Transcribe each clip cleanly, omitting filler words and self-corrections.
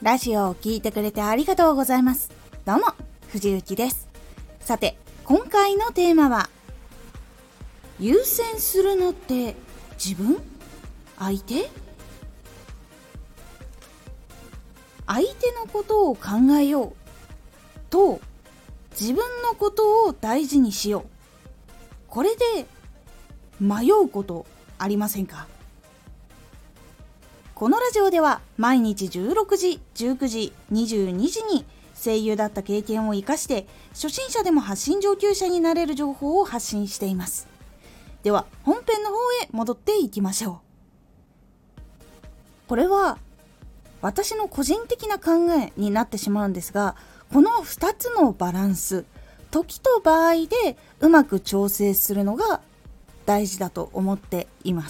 ラジオを聞いてくれてありがとうございます。どうも、藤幸です。さて、今回のテーマは、優先するのって自分？相手？相手のことを考えようと、自分のことを大事にしよう。これで迷うことありませんか？このラジオでは毎日16時、19時、22時に声優だった経験を生かして初心者でも発信上級者になれる情報を発信しています。では本編の方へ戻っていきましょう。これは私の個人的な考えになってしまうんですが、この2つのバランス、時と場合でうまく調整するのが大事だと思っています。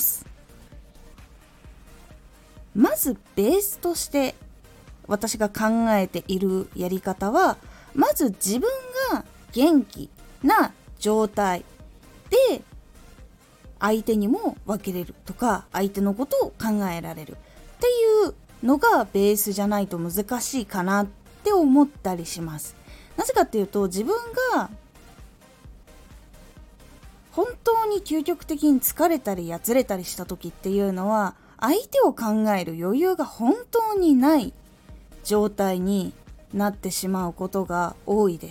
まずベースとして私が考えているやり方は、まず自分が元気な状態で相手にも分けれるとか、相手のことを考えられるっていうのがベースじゃないと難しいかなって思ったりします。なぜかっていうと、自分が本当に究極的に疲れたりやつれたりした時っていうのは、相手を考える余裕が本当にない状態になってしまうことが多いです。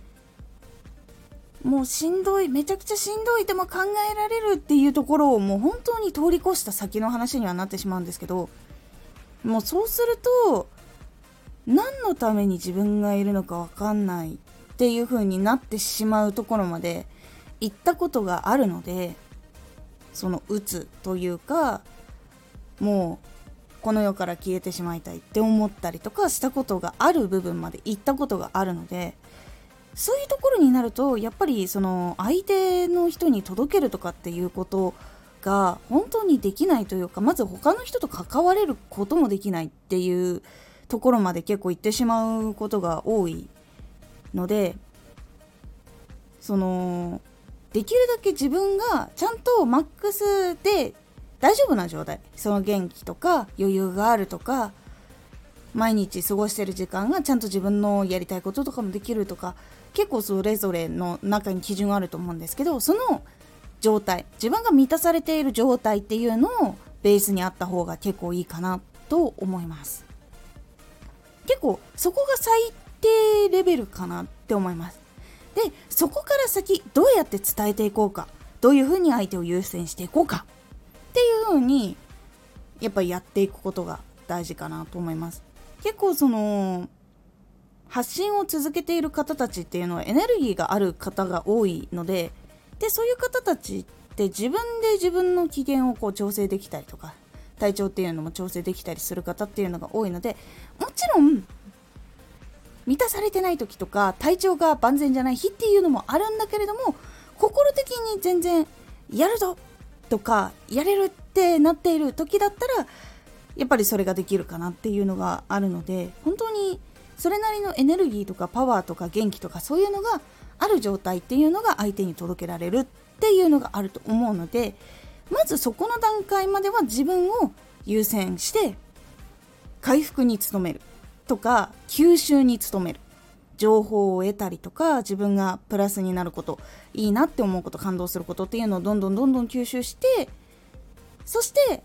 もうしんどい、めちゃくちゃしんどい、でも考えられるっていうところをもう本当に通り越した先の話にはなってしまうんですけど、もうそうすると何のために自分がいるのか分かんないっていう風になってしまうところまで行ったことがあるので、その鬱というか、もうこの世から消えてしまいたいって思ったりとかしたことがある部分まで行ったことがあるので、そういうところになるとやっぱりその相手の人に届けるとかっていうことが本当にできないというか、まず他の人と関われることもできないっていうところまで結構行ってしまうことが多いので、そのできるだけ自分がちゃんとマックスで大丈夫な状態、その元気とか余裕があるとか、毎日過ごしてる時間がちゃんと自分のやりたいこととかもできるとか、結構それぞれの中に基準があると思うんですけど、その状態、自分が満たされている状態っていうのをベースにあった方が結構いいかなと思います。結構そこが最低レベルかなって思います。で、そこから先どうやって伝えていこうか、どういうふうに相手を優先していこうかっていう風にやっぱりやっていくことが大事かなと思います。結構その発信を続けている方たちっていうのはエネルギーがある方が多いので、そういう方たちって自分で自分の機嫌をこう調整できたりとか、体調っていうのも調整できたりする方っていうのが多いので、もちろん満たされてない時とか体調が万全じゃない日っていうのもあるんだけれども、心的に全然やるぞとかやれるってなっている時だったら、やっぱりそれができるかなっていうのがあるので、本当にそれなりのエネルギーとかパワーとか元気とかそういうのがある状態っていうのが相手に届けられるっていうのがあると思うので、まずそこの段階までは自分を優先して回復に努めるとか、吸収に努める、情報を得たりとか、自分がプラスになること、いいなって思うこと、感動することっていうのをどんどん吸収して、そして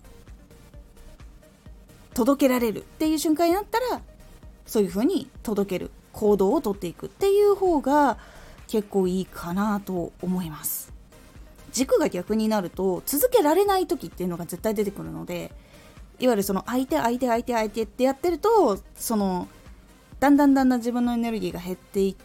届けられるっていう瞬間になったら、そういう風に届ける行動をとっていくっていう方が結構いいかなと思います。軸が逆になると続けられない時っていうのが絶対出てくるので、いわゆるその相手ってやってると、そのだんだん自分のエネルギーが減っていって、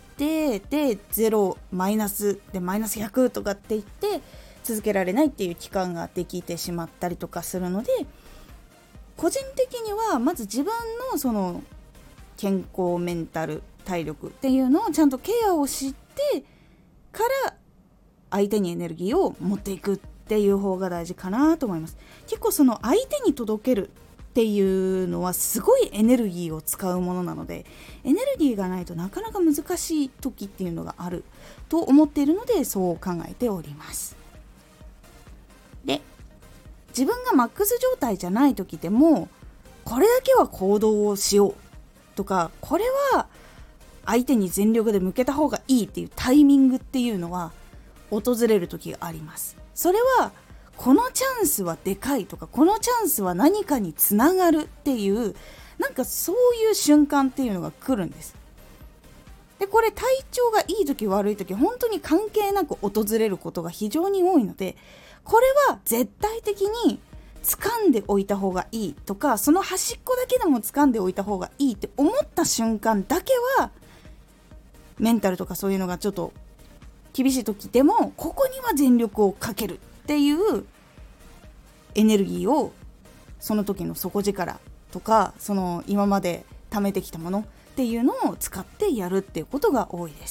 で0マイナスでマイナス100とかっていって続けられないっていう期間ができてしまったりとかするので、個人的にはまず自分のその健康、メンタル、体力っていうのをちゃんとケアをしてから相手にエネルギーを持っていくっていう方が大事かなと思います。結構その相手に届けるっていうのはすごいエネルギーを使うものなので、エネルギーがないとなかなか難しい時っていうのがあると思っているので、そう考えております。で、自分がマックス状態じゃない時でもこれだけは行動をしようっとか、これは相手に全力で向けた方がいいっていうタイミングっていうのは訪れる時があります。それはこのチャンスはでかいとか、このチャンスは何かにつながるっていう、なんかそういう瞬間っていうのが来るんです。でこれ体調がいい時悪い時本当に関係なく訪れることが非常に多いので、これは絶対的に掴んでおいた方がいいとか、その端っこだけでも掴んでおいた方がいいって思った瞬間だけは、メンタルとかそういうのがちょっと厳しい時でもここには全力をかけるっていうエネルギーを、その時の底力とか、その今まで貯めてきたものっていうのを使ってやるっていうことが多いです。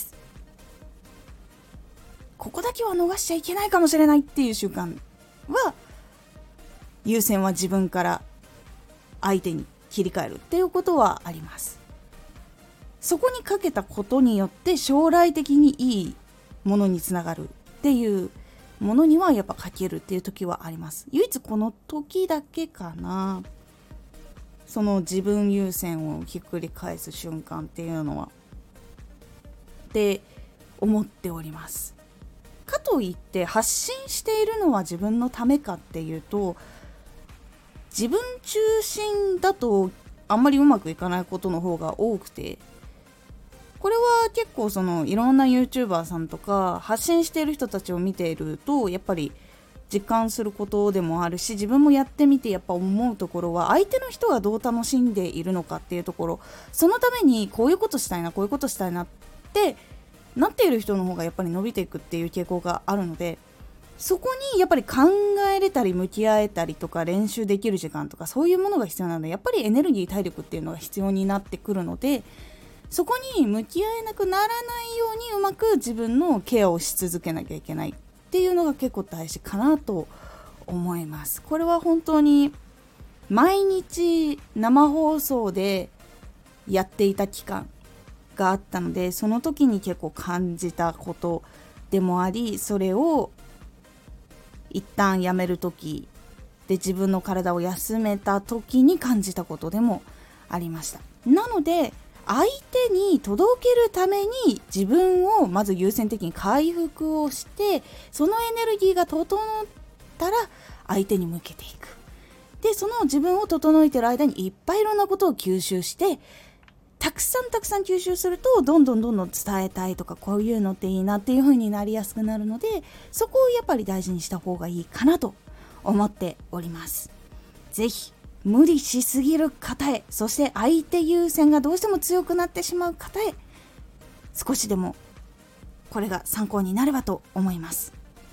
ここだけは逃しちゃいけないかもしれないっていう瞬間は、優先は自分から相手に切り替えるっていうことはあります。そこにかけたことによって将来的にいいものにつながるっていうものにはやっぱかけるっていう時はあります。唯一この時だけかな、その自分優先をひっくり返す瞬間っていうのはって思っております。かといって発信しているのは自分のためかっていうと、自分中心だとあんまりうまくいかないことの方が多くて、これは結構いろんな YouTuber さんとか発信している人たちを見ているとやっぱり実感することでもあるし、自分もやってみてやっぱ思うところは、相手の人がどう楽しんでいるのかっていうところ、そのためにこういうことしたいなこういうことしたいなってなっている人の方がやっぱり伸びていくっていう傾向があるので、そこにやっぱり考えれたり向き合えたりとか練習できる時間とかそういうものが必要なので、やっぱりエネルギー体力っていうのが必要になってくるので、そこに向き合えなくならないようにうまく自分のケアをし続けなきゃいけないっていうのが結構大事かなと思います。これは本当に毎日生放送でやっていた期間があったので、その時に結構感じたことでもあり、それを一旦やめる時で自分の体を休めた時に感じたことでもありました。なので相手に届けるために自分をまず優先的に回復をして、そのエネルギーが整ったら相手に向けていく。でその自分を整えている間にいっぱいいろんなことを吸収して、たくさん吸収するとどんどん伝えたいとか、こういうのっていいなっていう風になりやすくなるので、そこをやっぱり大事にした方がいいかなと思っております。ぜひ無理しすぎる方へ、そして相手優先がどうしても強くなってしまう方へ、少しでもこれが参考になればと思います。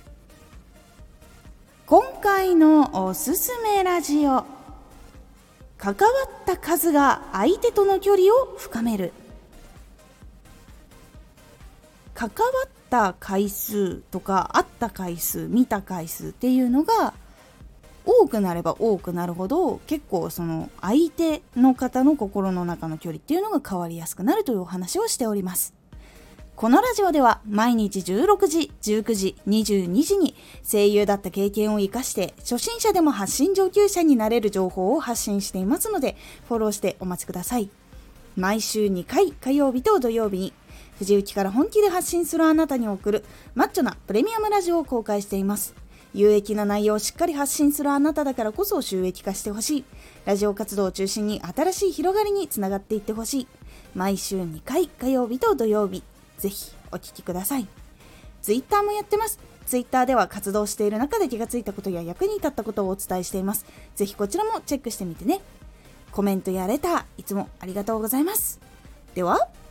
今回のおすすめラジオ、関わった数が相手との距離を深める。関わった回数とか会った回数、見た回数っていうのが多くなれば多くなるほど、結構その相手の方の心の中の距離っていうのが変わりやすくなるというお話をしております。このラジオでは毎日16時、19時、22時に声優だった経験を生かして初心者でも発信上級者になれる情報を発信していますので、フォローしてお待ちください。毎週2回、火曜日と土曜日に藤雪から本気で発信するあなたに送るマッチョなプレミアムラジオを公開しています。有益な内容をしっかり発信するあなただからこそ収益化してほしい。ラジオ活動を中心に新しい広がりにつながっていってほしい。毎週2回、火曜日と土曜日、ぜひお聞きください。ツイッターもやってます。ツイッターでは活動している中で気がついたことや役に立ったことをお伝えしています。ぜひこちらもチェックしてみてね。コメントやレター、いつもありがとうございます。では。